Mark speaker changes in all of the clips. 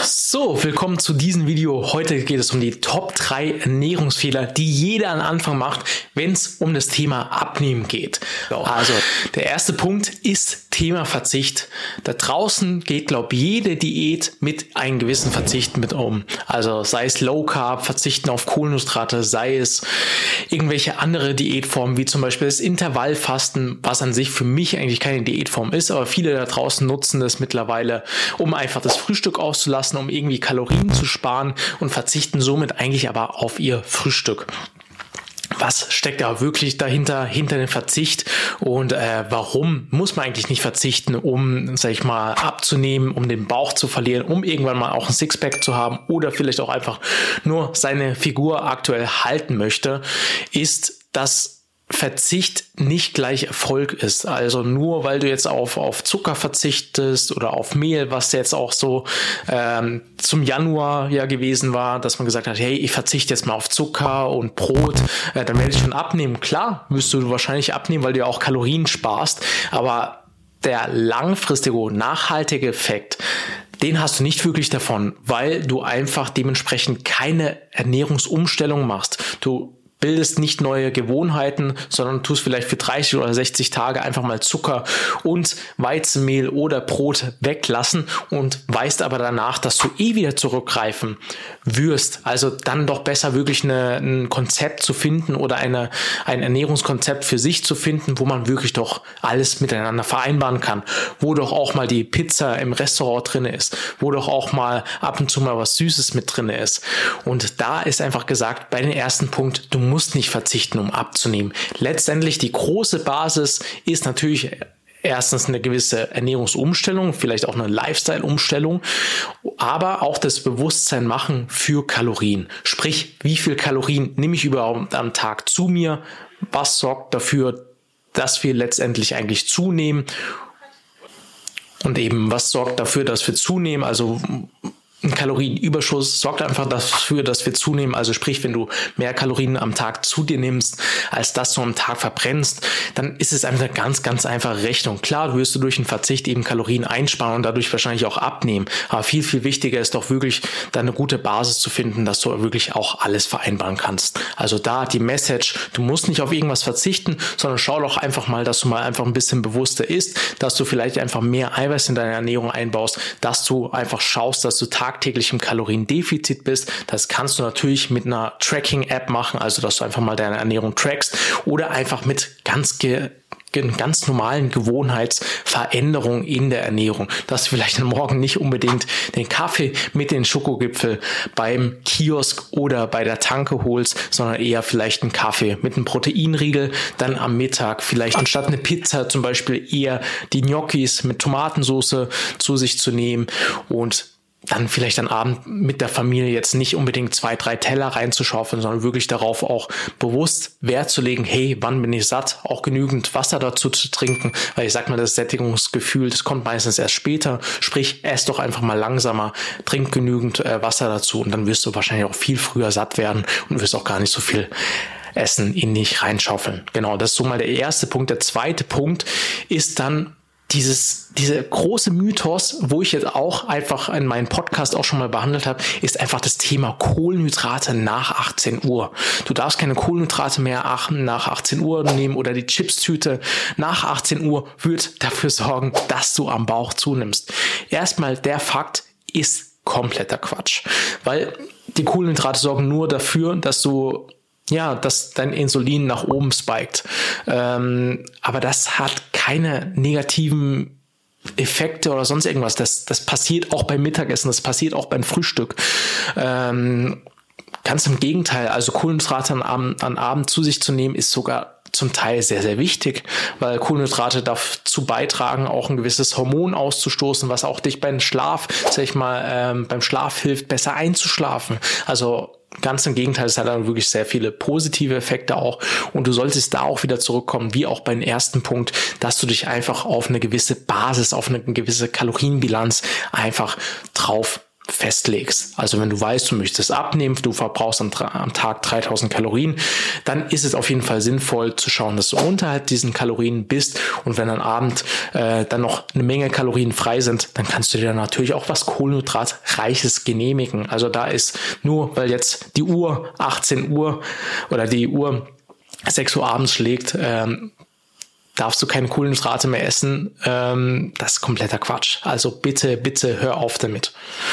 Speaker 1: So, willkommen zu diesem Video. Heute geht es um die Top 3 Ernährungsfehler, die jeder am Anfang macht, wenn es um das Thema Abnehmen geht. Also, der erste Punkt ist Thema Verzicht. Da draußen geht, glaube ich, jede Diät mit einem gewissen Verzicht mit um. Also sei es Low Carb, Verzichten auf Kohlenhydrate, sei es irgendwelche andere Diätformen, wie zum Beispiel das Intervallfasten, was an sich für mich eigentlich keine Diätform ist, aber viele da draußen nutzen das mittlerweile, um einfach das Frühstück auszulassen, um irgendwie Kalorien zu sparen und verzichten somit eigentlich aber auf ihr Frühstück. Was steckt da wirklich dahinter, hinter dem Verzicht und warum muss man eigentlich nicht verzichten, um, sag ich mal, abzunehmen, um den Bauch zu verlieren, um irgendwann mal auch ein Sixpack zu haben oder vielleicht auch einfach nur seine Figur aktuell halten möchte, ist, dass Verzicht nicht gleich Erfolg ist. Also nur weil du jetzt auf Zucker verzichtest oder auf Mehl, was jetzt auch so zum Januar ja gewesen war, dass man gesagt hat, hey, ich verzichte jetzt mal auf Zucker und Brot, dann werde ich schon abnehmen. Klar, wirst du wahrscheinlich abnehmen, weil du ja auch Kalorien sparst, aber der langfristige und nachhaltige Effekt, den hast du nicht wirklich davon, weil du einfach dementsprechend keine Ernährungsumstellung machst. Du bildest nicht neue Gewohnheiten, sondern tust vielleicht für 30 oder 60 Tage einfach mal Zucker und Weizenmehl oder Brot weglassen und weißt aber danach, dass du wieder zurückgreifen wirst. Also dann doch besser wirklich ein Konzept zu finden oder ein Ernährungskonzept für sich zu finden, wo man wirklich doch alles miteinander vereinbaren kann, wo doch auch mal die Pizza im Restaurant drin ist, wo doch auch mal ab und zu mal was Süßes mit drin ist. Und da ist einfach gesagt, bei dem ersten Punkt, du musst nicht verzichten, um abzunehmen. Letztendlich die große Basis ist natürlich erstens eine gewisse Ernährungsumstellung, vielleicht auch eine Lifestyle-Umstellung, aber auch das Bewusstsein machen für Kalorien. Sprich, wie viel Kalorien nehme ich überhaupt am Tag zu mir? Was sorgt dafür, dass wir letztendlich eigentlich zunehmen? Und eben, was sorgt dafür, dass wir zunehmen? Also ein Kalorienüberschuss sorgt einfach dafür, dass wir zunehmen. Also sprich, wenn du mehr Kalorien am Tag zu dir nimmst, als dass du am Tag verbrennst, dann ist es einfach eine ganz, ganz einfache Rechnung. Klar wirst du durch den Verzicht eben Kalorien einsparen und dadurch wahrscheinlich auch abnehmen. Aber viel, viel wichtiger ist doch wirklich, da eine gute Basis zu finden, dass du wirklich auch alles vereinbaren kannst. Also da die Message, du musst nicht auf irgendwas verzichten, sondern schau doch einfach mal, dass du mal einfach ein bisschen bewusster isst, dass du vielleicht einfach mehr Eiweiß in deine Ernährung einbaust, dass du einfach schaust, dass du tagtäglich im Kaloriendefizit bist. Das kannst du natürlich mit einer Tracking-App machen, also dass du einfach mal deine Ernährung trackst oder einfach mit ganz normalen Gewohnheitsveränderungen in der Ernährung, dass du vielleicht am Morgen nicht unbedingt den Kaffee mit den Schokogipfel beim Kiosk oder bei der Tanke holst, sondern eher vielleicht einen Kaffee mit einem Proteinriegel, dann am Mittag vielleicht anstatt eine Pizza zum Beispiel eher die Gnocchis mit Tomatensauce zu sich zu nehmen und dann vielleicht am Abend mit der Familie jetzt nicht unbedingt 2, 3 Teller reinzuschaufeln, sondern wirklich darauf auch bewusst Wert zu legen, hey, wann bin ich satt, auch genügend Wasser dazu zu trinken, weil ich sag mal, das Sättigungsgefühl, das kommt meistens erst später, sprich, ess doch einfach mal langsamer, trink genügend Wasser dazu und dann wirst du wahrscheinlich auch viel früher satt werden und wirst auch gar nicht so viel Essen in dich reinschaufeln. Genau, das ist so mal der erste Punkt. Der zweite Punkt ist dann dieser große Mythos, wo ich jetzt auch einfach in meinem Podcast auch schon mal behandelt habe, ist einfach das Thema Kohlenhydrate nach 18 Uhr. Du darfst keine Kohlenhydrate mehr nach 18 Uhr nehmen oder die Chipstüte nach 18 Uhr wird dafür sorgen, dass du am Bauch zunimmst. Erstmal der Fakt ist kompletter Quatsch, weil die Kohlenhydrate sorgen nur dafür, dass dein Insulin nach oben spiked. Aber das hat keine negativen Effekte oder sonst irgendwas. Das passiert auch beim Mittagessen, das passiert auch beim Frühstück. Ganz im Gegenteil, also Kohlenhydrate an Abend zu sich zu nehmen, ist sogar zum Teil sehr, sehr wichtig, weil Kohlenhydrate dazu beitragen, auch ein gewisses Hormon auszustoßen, was auch dich beim Schlaf, beim Schlaf hilft, besser einzuschlafen. Also ganz im Gegenteil, es hat dann wirklich sehr viele positive Effekte auch und du solltest da auch wieder zurückkommen, wie auch beim ersten Punkt, dass du dich einfach auf eine gewisse Basis, auf eine gewisse Kalorienbilanz einfach drauf festlegst. Also wenn du weißt, du möchtest abnehmen, du verbrauchst am Tag 3000 Kalorien, dann ist es auf jeden Fall sinnvoll zu schauen, dass du unterhalb diesen Kalorien bist, und wenn am Abend dann noch eine Menge Kalorien frei sind, dann kannst du dir natürlich auch was Kohlenhydratreiches genehmigen. Also da ist nur, weil jetzt die Uhr 18 Uhr oder die Uhr 6 Uhr abends schlägt, darfst du keine Kohlenhydrate mehr essen. Das ist kompletter Quatsch. Also bitte, bitte hör auf damit.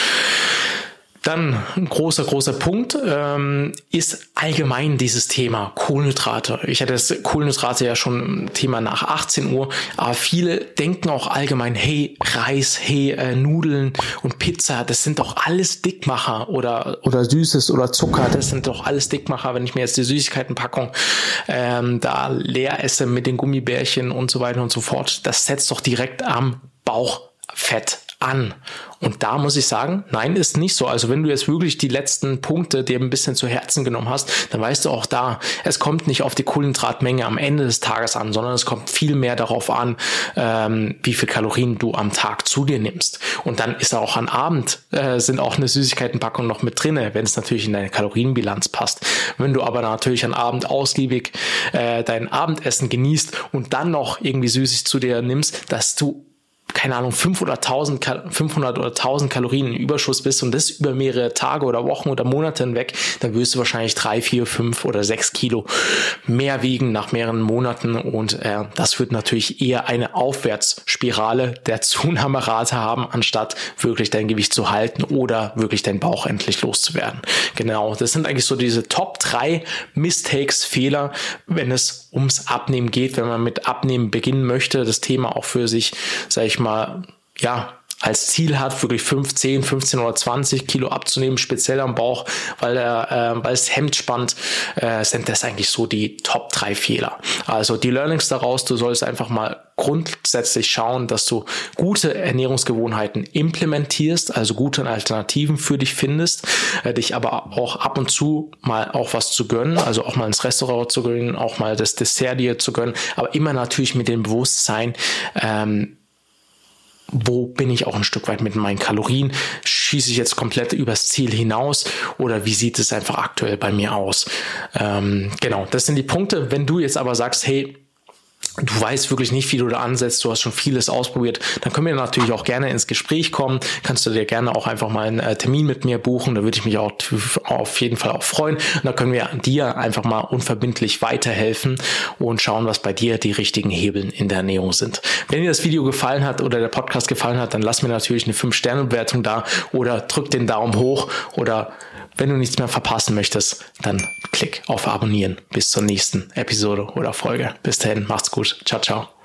Speaker 1: Dann ein großer Punkt ist allgemein dieses Thema Kohlenhydrate. Ich hatte das Kohlenhydrate ja schon Thema nach 18 Uhr, aber viele denken auch allgemein, hey, Reis, hey, Nudeln und Pizza, das sind doch alles Dickmacher, oder Süßes oder Zucker, das sind doch alles Dickmacher. Wenn ich mir jetzt die Süßigkeitenpackung da leer esse mit den Gummibärchen und so weiter und so fort, das setzt doch direkt am Bauchfett an. Und da muss ich sagen, nein, ist nicht so. Also wenn du jetzt wirklich die letzten Punkte dir ein bisschen zu Herzen genommen hast, dann weißt du auch da, es kommt nicht auf die Kohlenhydratmenge am Ende des Tages an, sondern es kommt viel mehr darauf an, wie viel Kalorien du am Tag zu dir nimmst. Und dann ist auch am Abend, sind auch eine Süßigkeitenpackung noch mit drinne, wenn es natürlich in deine Kalorienbilanz passt. Wenn du aber natürlich am Abend ausgiebig dein Abendessen genießt und dann noch irgendwie Süßig zu dir nimmst, dass du keine Ahnung, 500 oder 1000 Kalorien in Überschuss bist und das über mehrere Tage oder Wochen oder Monate hinweg, dann wirst du wahrscheinlich 3, 4, 5 oder 6 Kilo mehr wiegen nach mehreren Monaten, und das wird natürlich eher eine Aufwärtsspirale der Zunahmerate haben, anstatt wirklich dein Gewicht zu halten oder wirklich deinen Bauch endlich loszuwerden. Genau, das sind eigentlich so diese Top 3 Mistakes, Fehler, wenn es ums Abnehmen geht, wenn man mit Abnehmen beginnen möchte, das Thema auch für sich, sage ich mal, ja, als Ziel hat, wirklich 15 oder 20 Kilo abzunehmen, speziell am Bauch, weil es Hemd spannt, sind das eigentlich so die Top 3 Fehler. Also die Learnings daraus, du sollst einfach mal grundsätzlich schauen, dass du gute Ernährungsgewohnheiten implementierst, also gute Alternativen für dich findest, dich aber auch ab und zu mal auch was zu gönnen, also auch mal ins Restaurant zu gönnen, auch mal das Dessert dir zu gönnen, aber immer natürlich mit dem Bewusstsein, wo bin ich auch ein Stück weit mit meinen Kalorien? Schieße ich jetzt komplett übers Ziel hinaus oder wie sieht es einfach aktuell bei mir aus? Genau, das sind die Punkte. Wenn du jetzt aber sagst, hey, du weißt wirklich nicht, wie du da ansetzt, du hast schon vieles ausprobiert, dann können wir natürlich auch gerne ins Gespräch kommen. Kannst du dir gerne auch einfach mal einen Termin mit mir buchen, da würde ich mich auch auf jeden Fall auch freuen. Und da können wir dir einfach mal unverbindlich weiterhelfen und schauen, was bei dir die richtigen Hebeln in der Ernährung sind. Wenn dir das Video gefallen hat oder der Podcast gefallen hat, dann lass mir natürlich eine 5-Sterne-Bewertung da oder drück den Daumen hoch, oder wenn du nichts mehr verpassen möchtest, dann klick auf Abonnieren. Bis zur nächsten Episode oder Folge. Bis dahin, macht's gut. Ciao, ciao.